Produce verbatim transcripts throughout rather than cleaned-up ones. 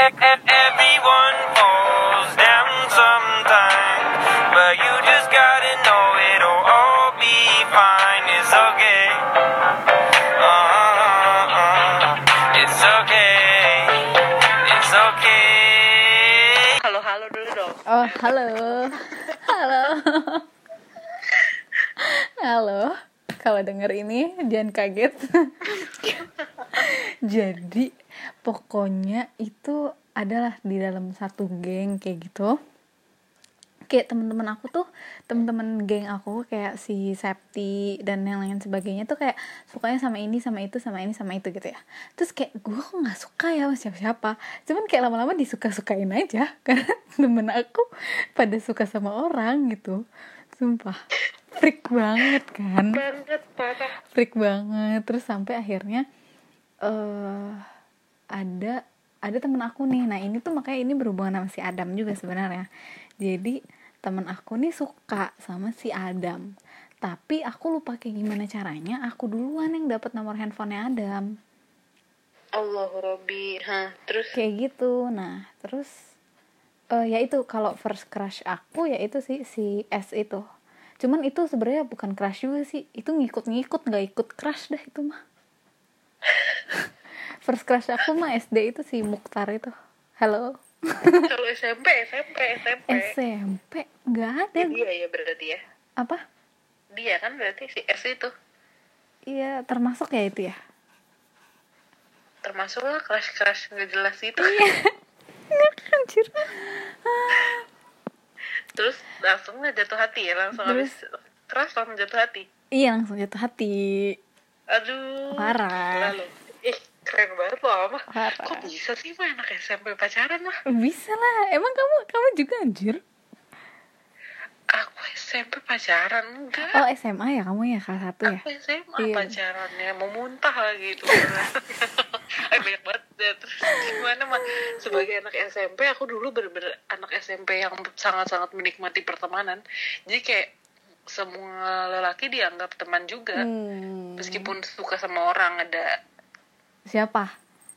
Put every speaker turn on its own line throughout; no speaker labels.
Everyone falls down sometimes, but you just gotta know it'll all be fine. It's okay. Uh, it's okay. It's okay.
Halo halo dulu dong.
Oh halo, halo, halo. Kalau denger ini jangan kaget. Jadi pokoknya itu adalah di dalam satu geng kayak gitu. Kayak teman-teman aku tuh, teman-teman geng aku kayak si Septi dan yang lain sebagainya tuh kayak sukanya sama ini, sama itu, sama ini, sama itu gitu ya. Terus kayak gue kok nggak suka ya sama siapa-siapa. Cuman kayak lama-lama disuka-sukain aja karena temen aku pada suka sama orang gitu. Sumpah, freak banget kan?
Banget parah.
Freak banget. Terus sampai akhirnya uh, ada ada temen aku nih. Nah ini tuh makanya ini berhubungan sama si Adam juga sebenarnya. Jadi temen aku nih suka sama si Adam, tapi aku lupa kayak gimana caranya. Aku duluan yang dapat nomor handphonenya Adam.
Allahu Robbi. Hah, terus
Kayak gitu. Nah terus uh, ya itu kalau first crush aku ya itu sih si S itu. Cuman itu sebenarnya bukan crush juga sih. Itu ngikut-ngikut, nggak ikut crush dah itu mah. First crush aku mah S D itu si Mukhtar itu. Halo.
kalau S M P, S M P, S M P.
S M P nggak ada.
Ya, dia ya berarti ya.
Apa?
Dia kan berarti si S itu.
Iya termasuk ya itu ya.
Termasuk lah crush-crush nggak jelas itu.
Iya. Anjir.
Terus langsung nggak jatuh hati ya, langsung
Terus?
habis crush langsung jatuh hati.
Iya langsung jatuh hati.
Aduh.
Parah.
Lalu, ih keren banget loh apa?
Parah.
Kok bisa sih mah anak S M P pacaran mah?
Bisa lah. Emang kamu kamu juga anjir?
Aku S M P pacaran enggak?
Oh S M A ya kamu ya kelas satu ya?
Aku S M A
Iya.
pacarannya mau muntah lagi itu. Eh banyak banget ya. Terus gimana mah sebagai anak S M P aku dulu bener-bener anak S M P yang sangat-sangat menikmati pertemanan. Jadi kayak semua lelaki dianggap teman juga.
Hmm.
Meskipun suka sama orang ada
Siapa?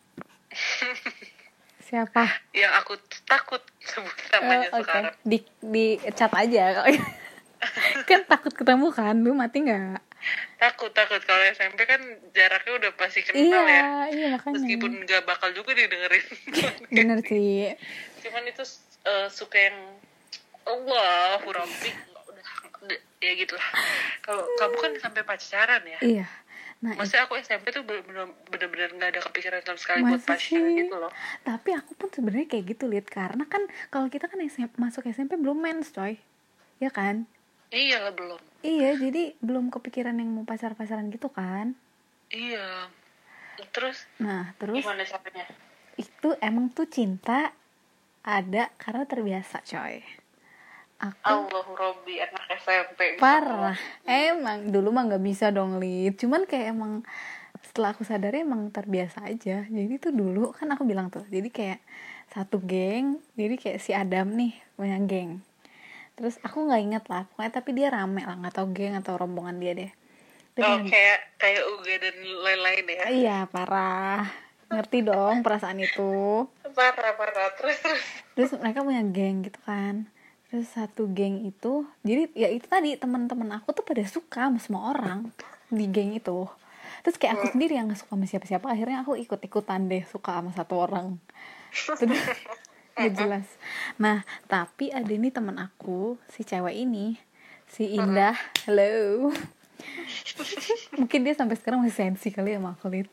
Siapa?
yang aku takut sebut namanya
Oh, oke.
sekarang.
Di di chat aja kalau kan takut ketemu kan, lu mati nggak?
Takut takut kalau S M P kan jaraknya udah pasti kenal
Iya,
ya.
iya makanya.
Meskipun nggak bakal juga didengerin.
Bener sih.
Cuman itu uh, suka yang Allah Rabbi udah, udah ya gitulah. Kalau kamu kan sampai pacaran ya.
Iya. Nah,
Maksudnya aku S M P tuh bener-bener bener-bener nggak ada kepikiran sama sekali buat
masa
pacaran
sih?
gitu loh.
Tapi aku pun sebenarnya kayak gitu lihat karena kan kalau kita kan S M P, masuk S M P belum mens coy, ya kan?
Iya lah belum.
Iya jadi belum kepikiran yang mau pacar-pacaran gitu kan?
Iya. Terus
Nah terus
gimana caranya?
itu emang tuh cinta ada karena terbiasa coy. Aku
Allahu Rabbi anak S M P bisa
parah,
ngomong.
emang dulu mah nggak bisa dong Lid. Cuman kayak emang setelah aku sadari emang terbiasa aja. Jadi tuh dulu kan aku bilang tuh, jadi kayak satu geng, jadi kayak si Adam nih punya geng. Terus aku nggak inget lah, pokoknya tapi dia rame lah, nggak tahu geng atau rombongan dia deh. Dia
Oh
punya-
kayak kayak Uga dan lain-lain ya.
iya parah, ngerti dong perasaan itu.
Parah parah terus terus.
Terus mereka punya geng gitu kan. Terus satu geng itu, jadi ya itu tadi teman-teman aku tuh pada suka sama semua orang di geng itu. Terus kayak aku sendiri yang gak suka sama siapa-siapa, akhirnya aku ikut-ikutan deh suka sama satu orang. Terus gak jelas. Nah tapi ada nih teman aku, si cewek ini, si Indah, hello. Mungkin dia sampai sekarang masih sensi kali ya sama aku Lid.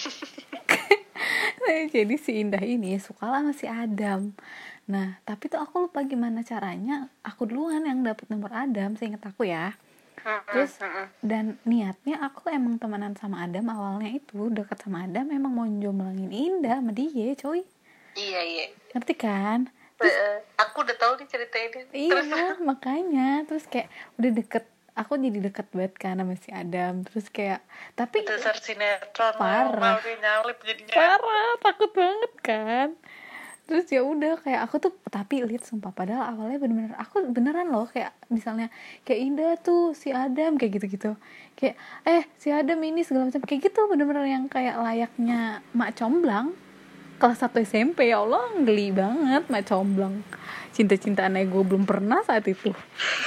Nah, jadi si Indah ini sukalah sama si Adam. Nah, tapi tuh aku lupa gimana caranya. Aku duluan yang dapet nomor Adam, seinget aku ya. Terus dan niatnya aku emang temenan sama Adam awalnya itu deket sama Adam emang mau jomblangin Indah sama dia, coy.
Iya iya.
Ngerti kan?
Eh, aku udah tahu nih cerita ini.
Iya, makanya terus kayak udah deket, aku jadi deket banget kan sama si Adam. Terus kayak tapi
Dasar sinetron
Parah.
mau nyalip jadinya.
parah, takut banget kan. Terus ya udah kayak aku tuh tapi lihat sumpah padahal awalnya bener-bener aku beneran loh kayak misalnya kayak Indah tuh si Adam kayak gitu-gitu kayak eh si Adam ini segala macam kayak gitu bener-bener yang kayak layaknya mak comblang kelas satu S M P, ya Allah, geli banget, mak comblang. Cinta-cintaan gue belum pernah saat itu.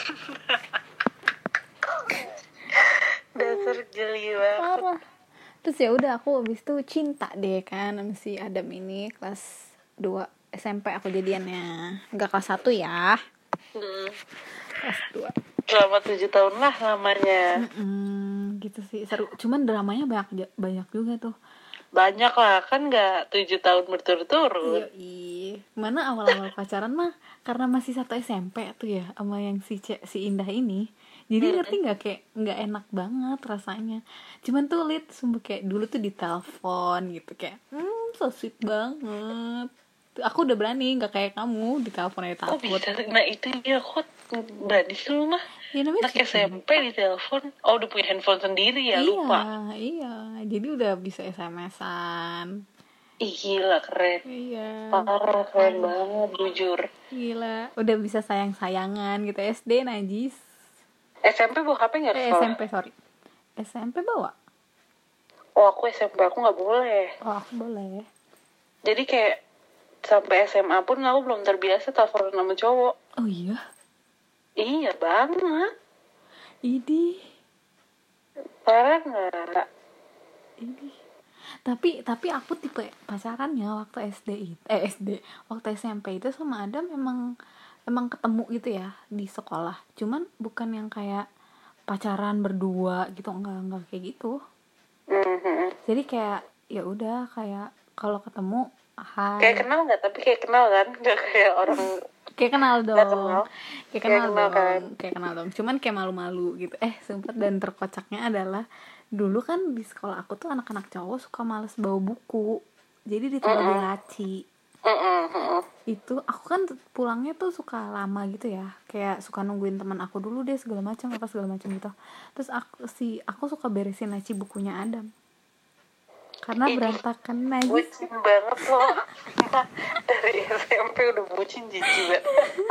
Dasar geli banget.
Parah. Terus ya udah aku abis itu cinta deh kan sama si Adam ini. Kelas dua S M P aku jadiannya. Enggak kelas satu ya.
Hmm.
Kelas dua.
Selama tujuh tahun lah lamanya.
Mm-mm, gitu sih, seru. Cuman dramanya banyak banyak juga tuh.
Banyak lah, kan nggak tujuh tahun berturut-turut.
Iya, mana awal-awal pacaran mah karena masih satu S M P tuh ya sama yang si C, si Indah ini. Jadi ngerti nggak, kayak nggak enak banget rasanya. Cuman tuh liat sumpah kayak dulu tuh ditelepon gitu kayak, hmm so sweet banget. Tuh, aku udah berani, nggak kayak kamu ditelepon aja
Oh
takut.
bisa, nah itu dia kok berani sih lu mah.
Ya namanya
Anak
juga.
S M P di telepon, oh udah punya handphone sendiri ya,
Iya,
lupa.
iya. Jadi udah bisa S M S-an.
Ih gila keren.
Iya.
Parah keren banget jujur.
Gila, udah bisa sayang-sayangan gitu. S D najis.
S M P bawa H P nggak
Eh,
sekolah?
S M P sorry. S M P bawa?
Oh aku S M P aku nggak boleh.
Oh, aku boleh.
Jadi kayak sampai S M A pun aku belum terbiasa telepon sama cowok.
Oh iya.
Iya banget.
Idi.
Parah nggak?
Idi. Tapi tapi aku tipe pacarannya waktu S D itu, eh S D, waktu S M P itu sama Adam emang emang ketemu gitu ya di sekolah. Cuman bukan yang kayak pacaran berdua gitu, enggak enggak kayak gitu.
Mm-hmm.
Jadi kayak ya udah kayak kalau ketemu hai.
Kayak kenal nggak? Tapi kayak kenal kan? Nggak kayak orang.
Kayak kenal dong.
Nggak kenal.
Kayak
Kayak
kenal
kenal
dong.
kan?
Kayak kenal dong. Cuman kayak malu-malu gitu. Eh, sempet, dan terkocaknya adalah dulu kan di sekolah aku tuh anak-anak cowok suka males bawa buku. Jadi ditaruh di laci.
Mm-mm.
Itu aku kan pulangnya tuh suka lama gitu ya. Kayak suka nungguin teman aku dulu deh segala macam apa segala macam gitu. Terus aku si aku suka beresin laci bukunya Adam. Karena
Ini
berantakan najis.
bucin banget loh. Dari S M P udah bucin jijik banget.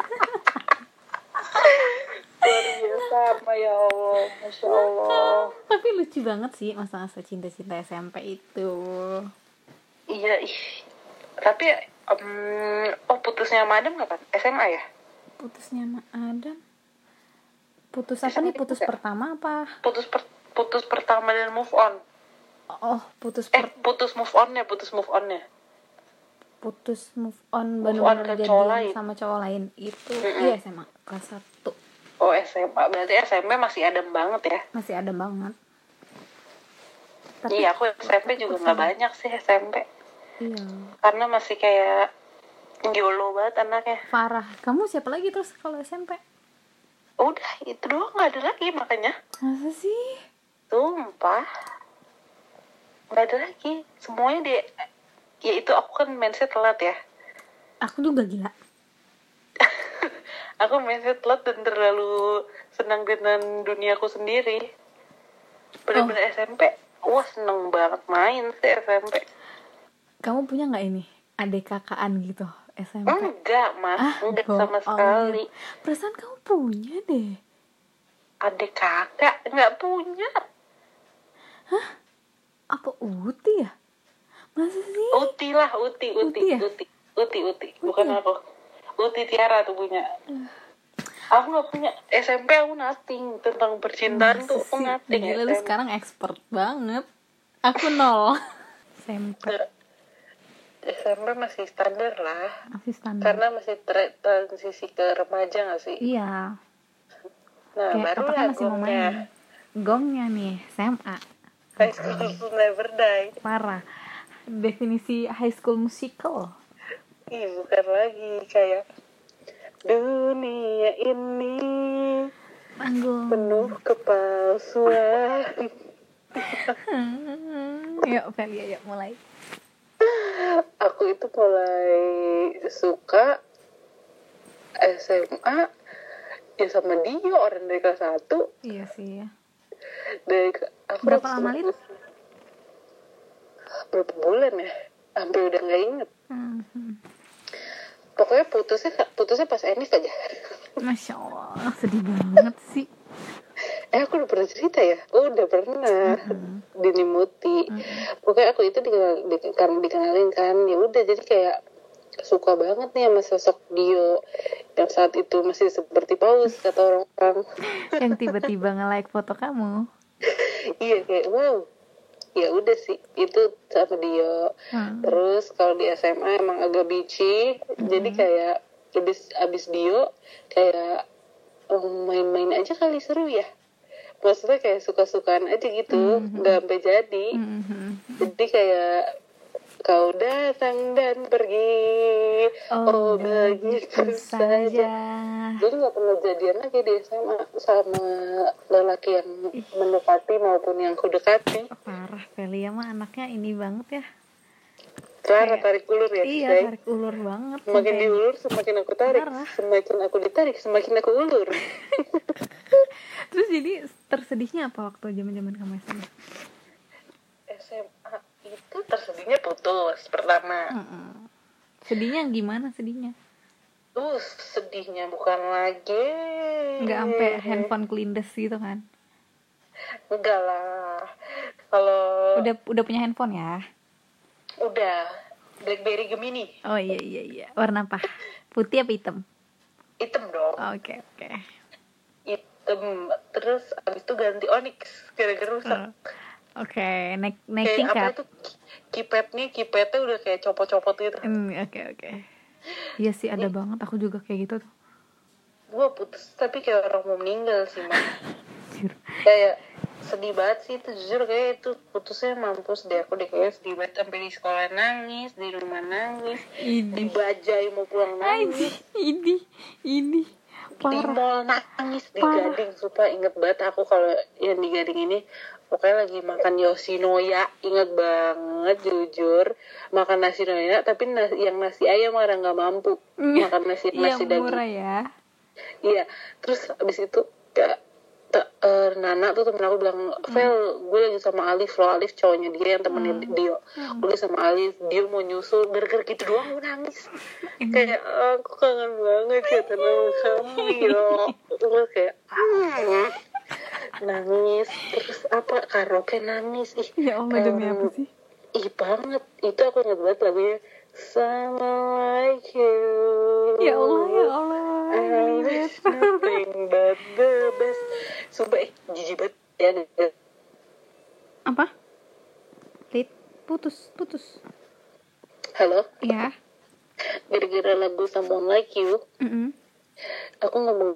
Luar biasa apa ya Allah, Masya Allah.
Tapi lucu banget sih masa-masa cinta-cinta S M P itu.
Iya ih. Tapi um, oh putusnya sama Adam kapan? S M A ya?
Putusnya sama Adam. Putus apa nih? Putus pertama apa?
Putus per, putus pertama dan move on.
Oh, putus
Eh
per,
putus move on-nya, putus move on-nya.
putus move on
Move
benar-benar
on ke
jadian
cowok lain.
sama cowok lain itu.
Mm-mm.
Iya S M A kelas satu.
Oh S M A, berarti S M P masih Adam banget ya?
Masih ada banget.
Iya aku S M P juga nggak banyak sih S M P.
Iya.
Karena masih kayak YOLO banget anaknya.
Parah. Kamu siapa lagi terus kalau S M P?
Udah itu doang, nggak ada lagi makanya.
Masa sih?
Sumpah nggak ada lagi, semuanya dia. Ya itu aku kan mindset telat ya.
Aku juga gila.
Aku mindset telat dan terlalu senang dengan duniaku sendiri. Bener-bener
Oh.
S M P, wah seneng banget main sih S M P.
Kamu punya nggak ini adik kakaan gitu S M P?
Enggak mas,
Ah,
enggak
bohong.
sama sekali.
Perasaan kamu punya deh.
Adik kakak nggak punya.
Apa Uti ya? Masa sih?
Uti lah, Uti, Uti,
Uti ya?
Uti, Uti, Uti, bukan aku. Uti Tiara tuh punya. Aku nggak punya. S M P aku nothing tentang percintaan
Masa
tuh, aku
sih?
nothing.
Gila, lu
S M P.
sekarang expert banget. Aku nol. S M P
S M P masih standar lah,
masih standar.
karena masih tra- transisi ke remaja nggak sih?
Iya.
Nah
Kayak
baru
apa kan
lah
masih mau
gongnya.
main. Gongnya nih S M A.
High School Never Die.
Parah. Definisi High School Musical.
Ih bukan lagi kayak dunia ini
Tanggung.
penuh kepalsuan.
Yuk Felia, yuk mulai.
Aku itu mulai suka S M A ya sama dia, orang dari kelas satu.
Iya sih ya.
Dari aku
Berapa lama, Lin?
Berapa bulan ya? Hampir udah nggak inget.
Hmm.
Pokoknya putusnya putusnya pas Enif aja.
Masya Allah, sedih banget sih.
Eh aku udah pernah cerita ya? Oh udah pernah.
Mm-mm.
Dini Muti.
Mm-mm.
Pokoknya aku itu dikenal, di, karena dikenalin kan, ya udah jadi kayak suka banget nih sama sosok Dio yang saat itu masih seperti paus kata orang-orang.
Yang tiba-tiba nge-like foto kamu.
Iya kayak wow. Ya udah sih itu sama Dio.
Hmm.
Terus kalau di S M A emang agak bitchy, jadi kayak abis abis Dio kayak um, main-main aja kali seru ya. Maksudnya kayak suka-sukaan aja gitu, nggak sampai jadi.
Mhm.
Jadi kayak kau datang dan pergi,
Oh,
oh begitu saja.
saja.
Jadi nggak pernah jadian lagi di S M A sama lelaki yang mendekati maupun yang kudekati.
Parah, Velia mah anaknya ini banget ya.
Clara
Kayak-
tarik ulur ya,
Iya,
say.
tarik ulur banget.
Semakin
sampai-
diulur semakin aku tarik,
Parah.
semakin aku ditarik semakin aku ulur.
Terus jadi tersedihnya apa waktu zaman-zaman kamu S M A?
S M A itu tersedihnya putus pertama.
Mm-mm. Sedihnya gimana sedihnya?
Uh, sedihnya bukan lagi.
Nggak sampai handphone kelindes gitu kan?
Enggak lah. Kalau
Udah udah punya handphone ya?
udah BlackBerry Gemini,
Oh iya iya iya. Warna apa? Putih apa hitam?
hitam dong.
Oke oke.
Hitam. Terus abis itu ganti Onyx gara-gara rusak.
Oh, Oke, naik naik
Kayak apa
tingkat.
itu keypadnya keypadnya udah kayak copot-copot gitu.
Hmm, oke oke. Iya sih ada banget. Aku juga kayak gitu tuh.
Gua putus tapi kayak orang mau meninggal sih mah.
Jujur.
Kayak sedih banget sih itu, jujur kayak itu putusnya mampus deh. Aku deh kayak sedih banget, sampai di sekolah nangis, di rumah nangis, di
Ini,
bajai mau pulang nangis,
ini, ini,
di
parah.
mall nangis, di
Parah.
Gading. Sumpah inget banget aku kalau yang di Gading ini. Pokoknya lagi makan Yoshinoya, inget banget jujur, makan nasi noya, tapi nasi, yang nasi ayam orang nggak mampu makan nasi nasi
Yang
daging.
murah ya.
Iya, terus abis itu kayak ta- eh, Nana tuh temen aku bilang, Vel, gue lagi sama Alif loh, Alif cowoknya dia yang temenin Dio, gue lagi sama Alif, Dio mau nyusul, gara-gara gitu doang gue nangis, kayak aku kangen banget ya sama kamu yo, gue kayak ah, nangis, terus apa karaoke nangis, ih,
Ya Allah demi
em,
apa sih?
ih banget, itu aku inget banget lagunya, Sama Like You.
Ya Allah ya Allah.
I wish nothing but the best. Sumpah, eh, jijik banget ya.
Apa? Lit, putus, putus.
Halo,
Ya.
gara-gara lagu Someone Like You,
Mm-mm.
aku ngomong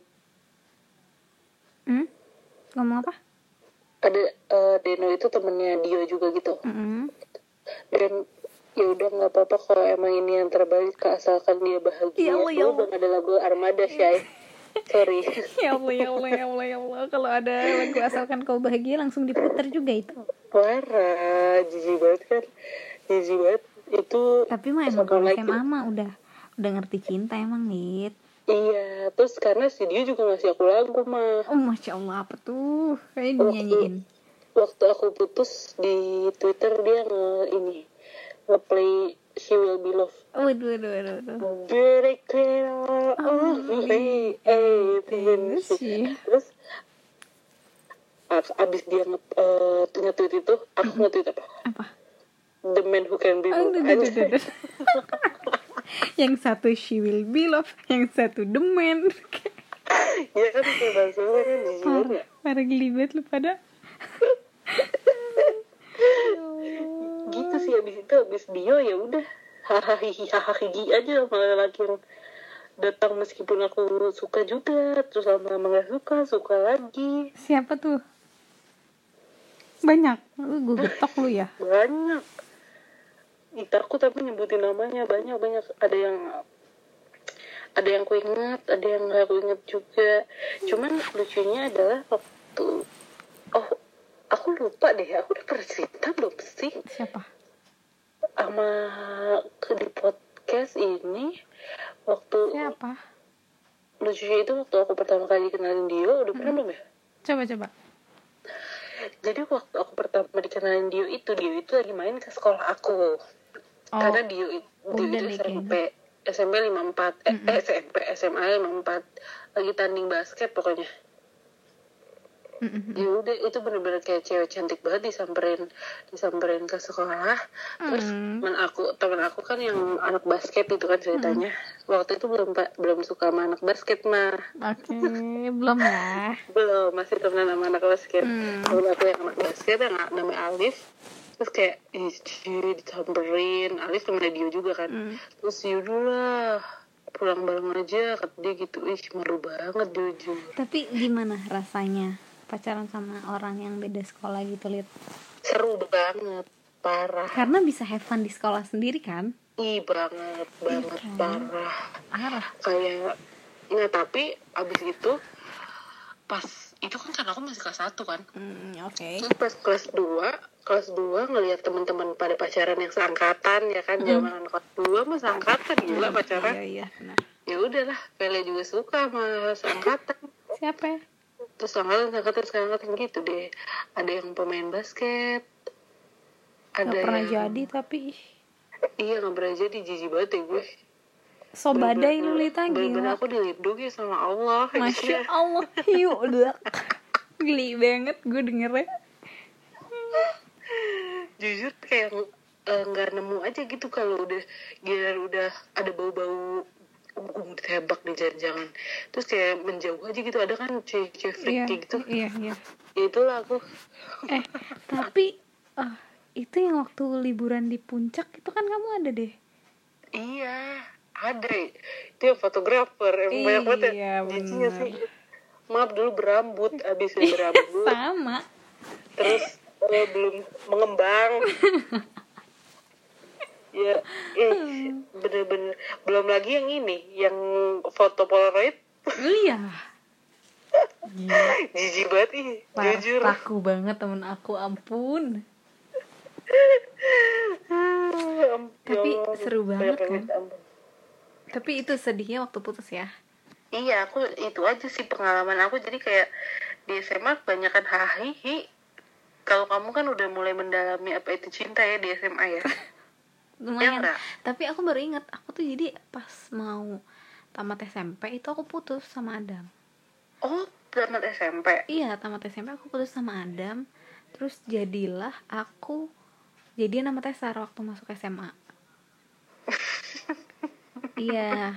Hmm? Ngomong apa?
ada eh, Deno itu temennya Dio juga gitu.
Mm-mm.
Dan ya udah nggak apa-apa kalau emang ini yang terbaik, asalkan dia bahagia.
Ya Allah, ya
Dulu
Allah.
belum ada lagu Armada, Syai. Sorry.
Ya Allah ya Allah ya Allah ya Allah. Kalau ada lagu asalkan kau bahagia langsung diputar juga itu.
Parah, jijik banget kan. Jijik banget. Itu
Tapi mah emang kalau
Someone Like
S M A
You.
mah udah udah ngerti cinta emang Lit.
Iya, terus karena si Dio juga ngasih aku lagu mah.
Oh masya Allah apa tuh? Kayak dinyanyiin.
Waktu aku putus di Twitter dia nge ini nge-play She Will Be Loved.
Waduh waduh waduh. waduh.
Very clear all the evidence.
Sih.
Terus a- abis dia nge, uh, nge-tweet itu, aku nge-tweet apa?
Apa?
The Man Who Can Be
Aduh,
Moved.
aduh, aduh, aduh. Yang satu she will be loved, yang satu the man.
Ya kan kayak bahasa kan jijik
Parah,
banget.
parah geli banget lu pada.
Gitu sih, abis itu abis Dio ya udah hahaha aja sama lelaki yang datang meskipun aku suka juga, terus lama-lama gak suka, suka lagi.
Siapa tuh? Banyak. Lu gue getok lu ya.
Banyak. Ih, takut tapi nyebutin namanya, banyak-banyak. Ada yang ada yang ku ingat, ada yang gak aku ingat juga. Cuman lucunya adalah waktu oh aku lupa deh, aku udah pernah cerita belum sih
Siapa?
sama ke di podcast ini. Waktu
Siapa?
lucunya itu waktu aku pertama kali kenalin Dio, udah pernah belum ya?
Coba coba.
Jadi waktu aku pertama dikenalin Dio itu, Dio itu lagi main ke sekolah aku.
Oh,
Karena Dio, Dio
udah
itu
deh
S M P, S M P lima puluh empat, eh, eh S M P, S M A lima puluh empat, lagi tanding basket pokoknya.
Mm-mm.
Ya udah itu bener-bener kayak cewek cantik banget disamperin disamperin ke sekolah. Terus
Mm.
temen aku temen aku kan yang anak basket itu kan ceritanya. Waktu itu belum pa- belum suka sama anak basket mah.
Oke, belum ya.
Belum, masih temenan sama anak basket.
Hmm.
Temen aku yang anak basket yang namanya Alif. Terus kayak ih cuy, disamperin. Alif temennya dia juga kan.
Hmm.
Terus yaudah lah pulang bareng aja kata dia gitu. Ih malu banget jujur.
Tapi gimana rasanya pacaran sama orang yang beda sekolah gitu, Lid?
Seru banget, parah.
Karena bisa have fun di sekolah sendiri kan?
Ih banget, banget,
Iya.
parah.
Arah.
Kayak nggak, tapi abis itu pas itu kan karena aku masih kelas satu kan.
Hmm, oke. Okay.
Terus pas kelas dua kelas dua ngelihat teman-teman pada pacaran yang seangkatan ya kan, zaman kelas dua mah seangkatan gila pacaran.
Iya, iya, benar.
Ya udahlah, Pele juga suka sama seangkatan.
Siapa ya?
Terus seangkatan seangkatan seangkatan gitu deh. Ada yang pemain basket. Ada
Gak pernah
yang
jadi tapi
iya nggak pernah jadi, jijik banget ya gue.
so badai lu, Lita,
Bener-bener
gila.
aku dilindungi sama Allah.
Masya Allah, yuk udah geli banget gue dengernya.
Jujur kayak nggak uh, nemu aja gitu kalau udah gila udah ada bau-bau um, ditembak di jangan-jangan, terus kayak menjauh aja gitu. Ada kan cewek-cewek freak
Iya,
gitu.
iya, iya.
Ya itulah aku.
Eh, tapi ah, itu yang waktu liburan di puncak itu kan kamu ada deh.
Iya, ada. Itu yang fotografer. Emang banyak banget ya.
Iya,
Jijinya
bener.
sih. Maaf dulu berambut, abis itu berambut.
Sama.
Terus uh, belum mengembang. Ya, eh, bener-bener. Belum lagi yang ini, yang foto Polaroid.
Iya. Gila.
Jijik banget ih,
Parah,
jujur.
laku banget temen aku, ampun. Tapi
Ya Allah,
seru banget
banyak
kan?
yang minta ampun.
Tapi itu sedihnya waktu putus ya.
Iya, aku itu aja sih pengalaman aku. Jadi kayak di S M A kebanyakan hahihi. Kalau kamu kan udah mulai mendalami apa itu cinta ya di S M A ya.
Lumayan.
Ya,
tapi aku baru ingat, aku tuh jadi pas mau tamat S M P itu aku putus sama Adam.
Oh, tamat S M P.
Iya, tamat S M P aku putus sama Adam. Terus jadilah aku jadian sama Tesar waktu masuk S M A. Iya.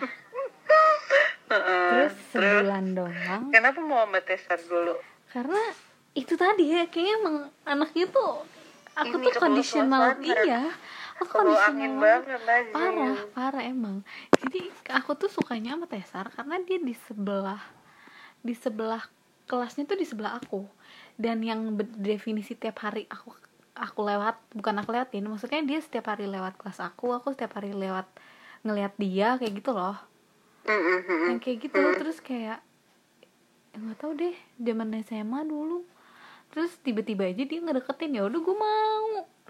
Terus sebulan doang.
Kenapa mau sama Tesar dulu?
Karena itu tadi ya, kayaknya emang anaknya tuh aku
Ini
tuh conditional. Iya. Aku
Kebawa
conditional
angin
banget.
banget aja.
Parah, parah emang. Jadi aku tuh sukanya sama Tesar karena dia di sebelah di sebelah kelasnya tuh di sebelah aku. Dan yang definisi tiap hari aku aku lewat, bukan aku lewatin, maksudnya dia setiap hari lewat kelas aku, aku setiap hari lewat ngelihat dia kayak gitu loh.
Mm-hmm.
Yang kayak gitu. Terus kayak nggak tahu deh, zaman S M A dulu. Terus tiba-tiba aja dia ngedeketin, ya udah gue mau.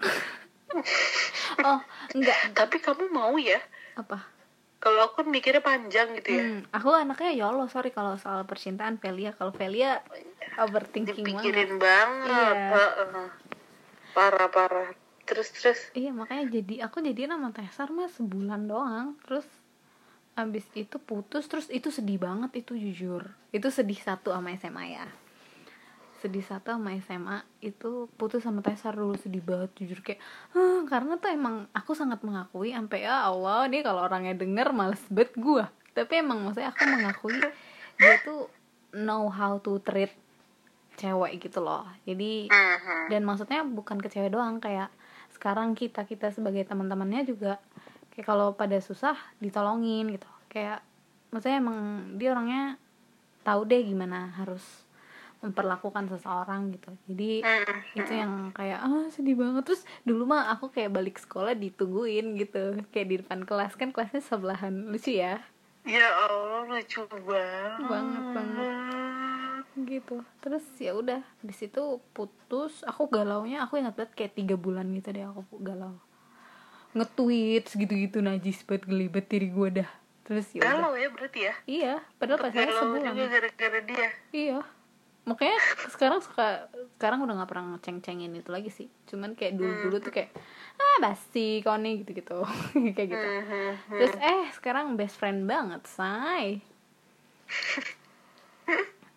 Oh, enggak.
Tapi kamu mau ya?
Apa?
Kalau aku mikirnya panjang gitu ya.
Hmm, aku anaknya YOLO, sorry kalau soal percintaan. Velia, kalau Velia overthinking
dipikirin
banget.
banget.
Iya.
Uh-uh. Parah-parah. Terus-terus.
Iya, makanya jadi aku jadian sama Tesar mah sebulan doang. Terus abis itu putus, terus itu sedih banget itu, jujur. Itu sedih satu sama S M A ya. Sedih satu sama S M A itu putus sama Tesar dulu, sedih banget jujur kayak huh, karena tuh emang aku sangat mengakui sampai ya Allah nih kalau orangnya denger males banget gua, tapi emang maksudnya aku mengakui dia tuh know how to treat cewek gitu loh. Jadi
Uh-huh.
dan maksudnya bukan ke cewek doang, kayak sekarang kita kita sebagai teman-temannya juga kayak kalau pada susah ditolongin gitu. Kayak maksudnya emang dia orangnya tahu deh gimana harus memperlakukan seseorang gitu. Jadi
Uh-huh.
itu yang kayak ah sedih banget. Terus dulu mah aku kayak balik sekolah ditungguin gitu, kayak di depan kelas, kan kelasnya sebelahan, lucu ya.
Ya Allah, lucu banget.
Banget banget gitu. Terus ya udah di situ putus. Aku galaunya, aku ingat banget kayak tiga bulan gitu deh aku galau, nge-tweet gitu-gitu najis banget, gelibet diri gue dah. Terus ya udah.
Galau ya berarti ya.
Iya, padahal pacarnya
Galau
sebulan.
juga gara-gara dia.
Iya, makanya sekarang suka sekarang udah nggak pernah ngeceng-cengin itu lagi sih. Cuman kayak dulu-dulu tuh kayak ah basi koni gitu-gitu kayak gitu.
Uh-huh.
Terus eh sekarang best friend banget, say.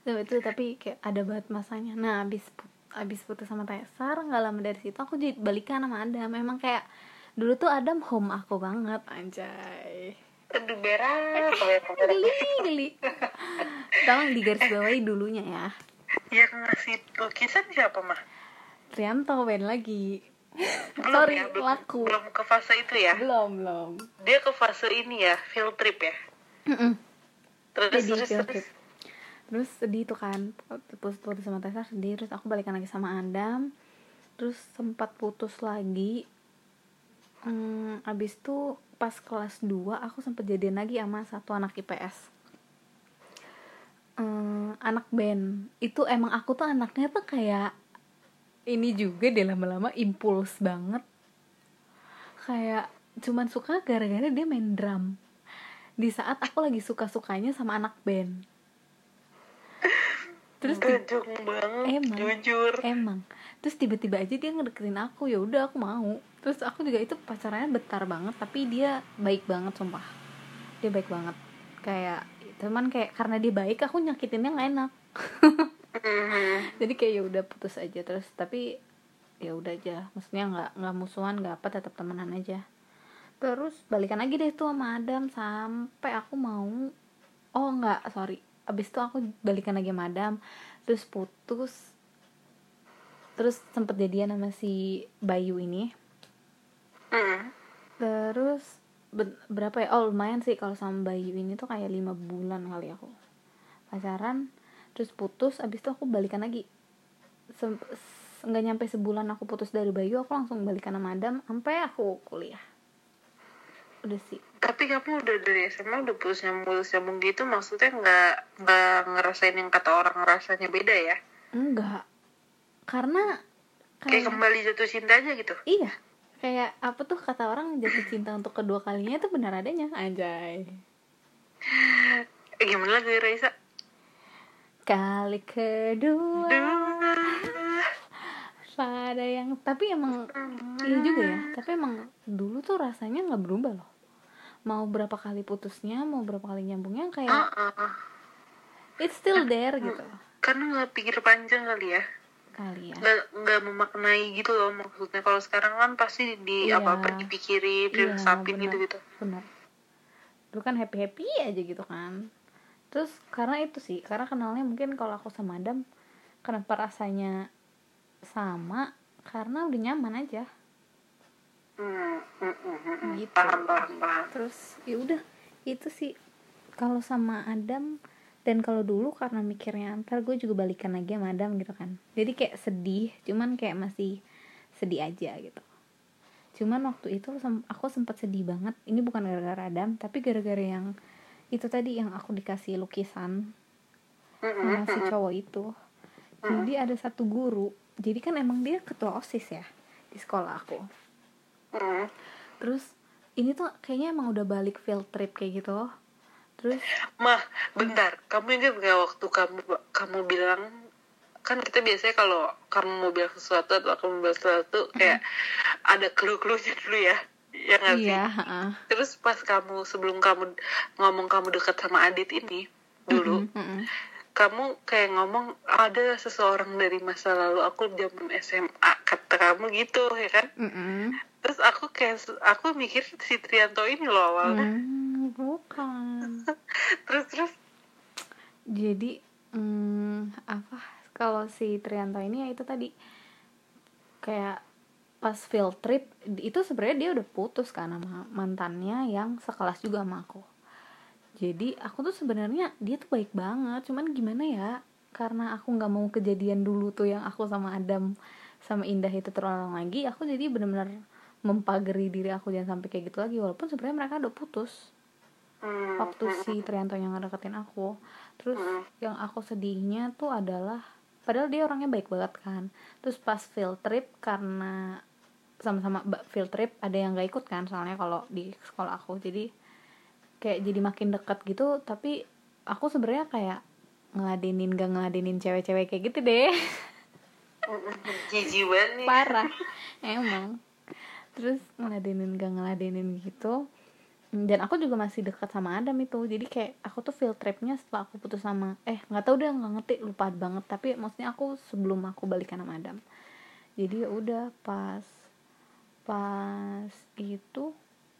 Tuh, itu tapi kayak ada banget masanya. Nah abis abis putus sama Tesar, nggak lama dari situ aku jadi balikan sama Adam. Memang kayak dulu tuh Adam home aku banget, anjay.
Aduh berat, berat, berat.
Geli geli. Tolong digaris bawahi dulunya ya.
Yang ngasih lukisan siapa mah?
Trianto Ben lagi.
Belum
Sorry,
ya, belum,
laku.
belum ke fase itu ya.
Belum belum.
Dia ke fase ini ya, field trip ya.
Mm-mm.
Terus
Jadi
terus
field
terus.
trip. Terus sedih tuh kan, putus-putus sama Tessa sedih. Terus aku balikan lagi sama Adam. Terus sempat putus lagi. Hmm, abis itu pas kelas dua aku sempat jadian lagi sama satu anak I P S. Hmm, anak band. Itu emang aku tuh anaknya tuh kayak ini juga deh, lama-lama impuls banget. Kayak cuman suka gara-gara dia main drum. Di saat aku lagi suka-sukanya sama anak band. Terus
Gajung banget,
emang,
jujur.
emang. Terus tiba-tiba aja dia ngedeketin aku, ya udah aku mau. Terus aku juga itu pacarannya bentar banget, tapi dia baik banget sumpah. Dia baik banget. Kayak teman kayak karena dia baik aku nyakitinnya nggak enak.
Mm-hmm.
Jadi kayak ya udah putus aja terus, tapi ya udah aja. Maksudnya nggak nggak musuhan, nggak apa, tetap temenan aja. Terus balikan lagi deh tuh sama Adam sampai aku mau. Oh nggak, sorry. Abis itu aku balikan lagi sama Adam, terus putus, terus sempet jadian sama si Bayu ini.
Mm-hmm.
Terus ben- berapa ya? Oh lumayan sih kalau sama Bayu ini tuh kayak lima bulan kali aku pacaran, terus putus. Abis itu aku balikan lagi. Sem- nggak nyampe sebulan aku putus dari Bayu, aku langsung balikan sama Adam sampai aku kuliah. Udah sih.
Tapi kamu udah dari S M A udah putus nyambung putus nyambung gitu, maksudnya nggak nggak ngerasain yang kata orang rasanya beda ya?
Enggak, karena
Kayak kembali jatuh cinta aja gitu.
iya, kayak apa tuh kata orang, jatuh cinta untuk kedua kalinya itu benar adanya, anjay.
Eh, gimana lagu Raisa?
Kali kedua
Duh.
pada yang, tapi emang iya juga ya, tapi emang dulu tuh rasanya nggak berubah loh. Mau berapa kali putusnya, mau berapa kali nyambungnya, kayak
Uh-uh.
it's still there gitu.
Karena nggak pikir panjang kali ya.
Kali ya.
Nggak nggak memaknai gitu loh maksudnya. Kalau sekarang kan pasti di
Iya.
apa apa dipikirin,
Iya,
diresapin
benar,
gitu gitu.
benar. Dulu kan happy happy aja gitu kan. Terus karena itu sih, karena kenalnya mungkin kalau aku sama Adam, kenapa rasanya sama, karena udah nyaman aja.
Hmm, hmm, hmm, hmm.
Gitu.
Paham paham paham.
Terus ya udah itu sih kalau sama Adam. Dan kalau dulu karena mikirnya ntar gue juga balikan lagi sama Adam gitu kan, jadi kayak sedih, cuman kayak masih sedih aja gitu. Cuman waktu itu aku sempat sedih banget, ini bukan gara-gara Adam, tapi gara-gara yang itu tadi, yang aku dikasih lukisan sama si cowok itu. Jadi ada satu guru, jadi kan emang dia ketua OSIS ya di sekolah aku.
Hmm.
Terus ini tuh kayaknya emang udah balik field trip kayak gitu. Terus
Mah, bentar. Kamu ingat nggak waktu kamu kamu bilang, kan kita biasanya kalau kamu mau bilang sesuatu atau kamu bilang sesuatu kayak ada clue-cluenya dulu ya, ya nggak sih?
iya, uh.
Terus pas kamu sebelum kamu ngomong kamu dekat sama Adit ini dulu,
Mm-mm, mm-mm.
kamu kayak ngomong ada seseorang dari masa lalu aku zaman S M A, kata kamu gitu ya kan?
Mm-mm.
Terus aku kayak aku mikir si Trianto ini loh awalnya.
Hmm, bukan.
terus terus
Jadi hmm, apa, kalau si Trianto ini ya itu tadi kayak pas field trip itu sebenarnya dia udah putus kan sama mantannya yang sekelas juga sama aku. Jadi aku tuh sebenarnya dia tuh baik banget, cuman gimana ya, karena aku nggak mau kejadian dulu tuh yang aku sama Adam sama Indah itu terulang lagi, aku jadi benar-benar mempagari diri aku jangan sampai kayak gitu lagi, walaupun sebenarnya mereka udah putus
hmm,
waktu si Trianto yang ngedeketin aku. Terus
Hmm.
yang aku sedihnya tuh adalah, padahal dia orangnya baik banget kan, terus pas field trip, karena sama-sama ba- field trip ada yang gak ikut kan soalnya kalau di sekolah aku, jadi kayak jadi makin dekat gitu. Tapi aku sebenarnya kayak ngeladenin gak ngeladenin cewek-cewek kayak gitu deh.
jijik banget nih.
Parah emang. Terus ngeladenin gak ngeladenin gitu. dan aku juga masih dekat sama Adam itu, jadi kayak aku tuh field tripnya setelah aku putus sama eh nggak tahu deh, nggak ngerti, lupa banget, tapi maksudnya aku sebelum aku balikan sama Adam. Jadi ya udah pas pas itu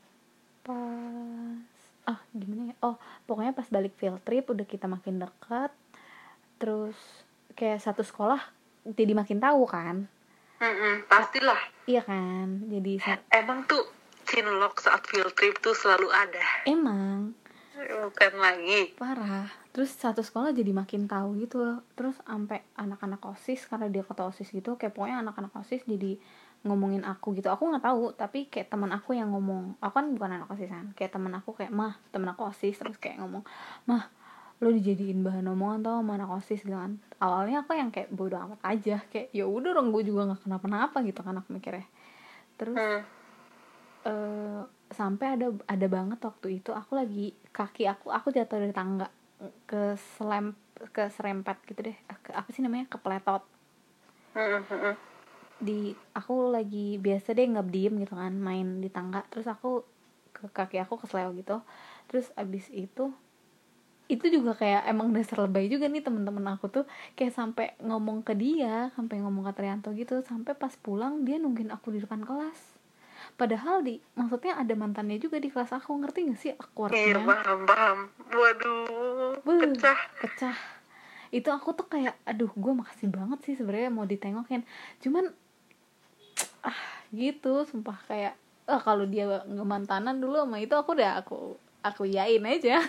pas ah gimana ya, oh pokoknya pas balik field trip udah kita makin dekat, terus kayak satu sekolah jadi makin tahu kan.
Mm-mm, pastilah.
Iya kan, jadi
Emang tuh cinlok saat field trip tuh selalu ada.
emang
Bukan lagi.
parah. Terus satu sekolah jadi makin tahu gitu loh. Terus sampai anak-anak OSIS, karena dia ketua OSIS gitu, kayak pokoknya anak-anak OSIS jadi ngomongin aku gitu. Aku nggak tahu, tapi kayak teman aku yang ngomong. Aku kan bukan anak OSIS kan. Kayak teman aku kayak, "Mah, teman aku OSIS." Terus kayak ngomong, "Mah, lo dijadiin bahan omongan tau sama anak OSIS," gitu kan. Awalnya aku yang kayak bodo amat aja, kayak ya udah orang gue juga nggak kenapa-napa gitu kan aku mikirnya. Terus
Hmm.
Uh, sampai ada ada banget waktu itu aku lagi kaki aku aku jatuh dari tangga ke selem ke serempet gitu deh, ke, apa sih namanya, kepletot.
Mm-mm.
Di aku lagi biasa deh nggak diem gitu kan, main di tangga, terus aku ke kaki aku kesleo gitu. Terus abis itu itu juga kayak emang dasar lebay juga nih temen-temen aku tuh, kayak sampai ngomong ke dia, sampai ngomong ke Trianto gitu, sampai pas pulang dia nungguin aku di depan kelas. Padahal di maksudnya ada mantannya juga di kelas aku, ngerti gak sih
Iya,
awkwardnya?
paham, paham. Waduh,
Beuh,
pecah.
pecah. Itu aku tuh kayak, aduh gue makasih banget sih sebenarnya mau ditengokin, cuman ah gitu, sumpah kayak ah kalau dia nggak mantanan dulu sama itu aku udah aku aku yain aja.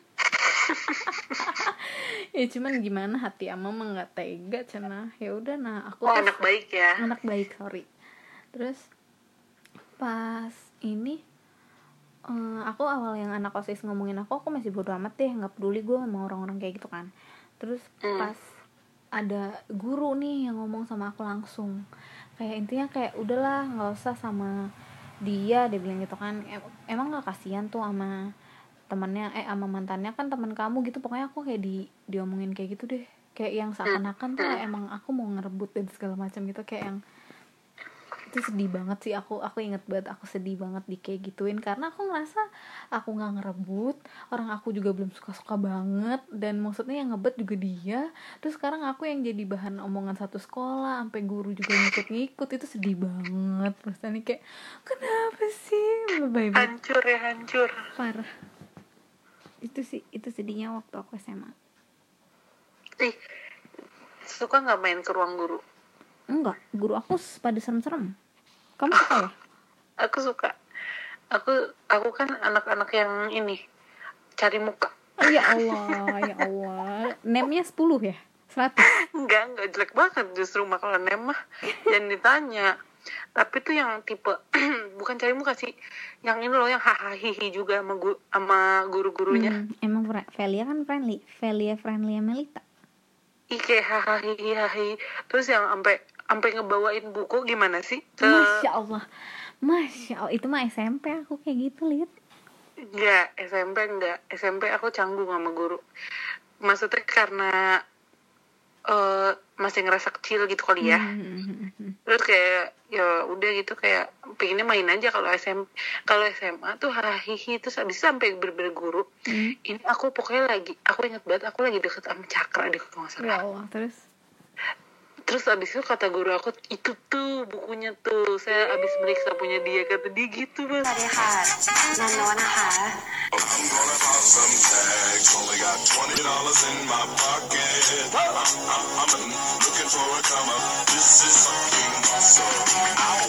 Ya cuman gimana, hati ama mah nggak tega cenah. Ya udah, nah aku
Oh,
tuh
anak baik ya.
anak baik, sorry. Terus pas ini uh, aku awal yang anak OSIS ngomongin aku, aku masih bodo amat deh, nggak peduli gue sama orang-orang kayak gitu kan. Terus
Hmm.
pas ada guru nih yang ngomong sama aku langsung, kayak intinya kayak udahlah nggak usah sama dia, dia bilang gitu kan. Emang nggak kasihan tuh sama temannya, eh sama mantannya kan teman kamu gitu. Pokoknya aku kayak di diomongin kayak gitu deh, kayak yang seakan-akan tuh emang aku mau ngerebut dan segala macam gitu, kayak yang itu sedih banget sih. Aku aku inget banget, aku sedih banget di kayak gituin, karena aku ngerasa aku nggak ngerebut, orang aku juga belum suka-suka banget, dan maksudnya yang ngebet juga dia. Terus sekarang aku yang jadi bahan omongan satu sekolah, sampai guru juga ngikut-ngikut. Itu sedih banget perasaannya, kayak kenapa sih, lebay banget,
Hancur ya, hancur.
parah. Itu sih, itu sedihnya waktu aku S M A.
Ih, suka nggak main ke ruang guru?
Enggak, guru aku pada serem-serem. Kamu suka ya?
Aku suka. Aku aku kan anak-anak yang ini cari muka.
Oh, ya Allah, ya Allah. Name-nya sepuluh ya? seratus?
Enggak, enggak jelek banget justru, malah nem mah jangan ditanya. Tapi tuh yang tipe bukan cari muka sih, yang ini loh, yang hahaha juga sama gu, sama guru-gurunya.
Hmm, emang Velia kan friendly, Velia friendly sama Melita.
Ih, kayak hahaha. Terus yang sampai sampai ngebawain buku gimana sih? Ke...
Masya Allah, Masya Allah, itu mah S M P aku kayak gitu, lihat.
Enggak, S M P enggak. S M P aku canggung sama guru. Maksudnya karena uh, masih ngerasa kecil gitu kali ya.
Hmm.
Terus kayak ya udah gitu, kayak pengennya main aja. Kalau S M kalau S M A tuh hahihi, terus abis itu sampai bener-bener guru.
Hmm.
Ini aku pokoknya lagi, aku ingat banget aku lagi deket sama Cakra deh kalau nggak salah.
Ya Allah, terus
Terus abis itu kata guru aku, itu tuh bukunya tuh, saya abis meriksa punya dia, kata dia gitu bang.
สวัสดีค่ะนันโนนะคะ
I'm gonna pop some tags. Only got twenty dollars in my pocket. I'm, I'm, I'm looking for a come up. This is fucking awesome.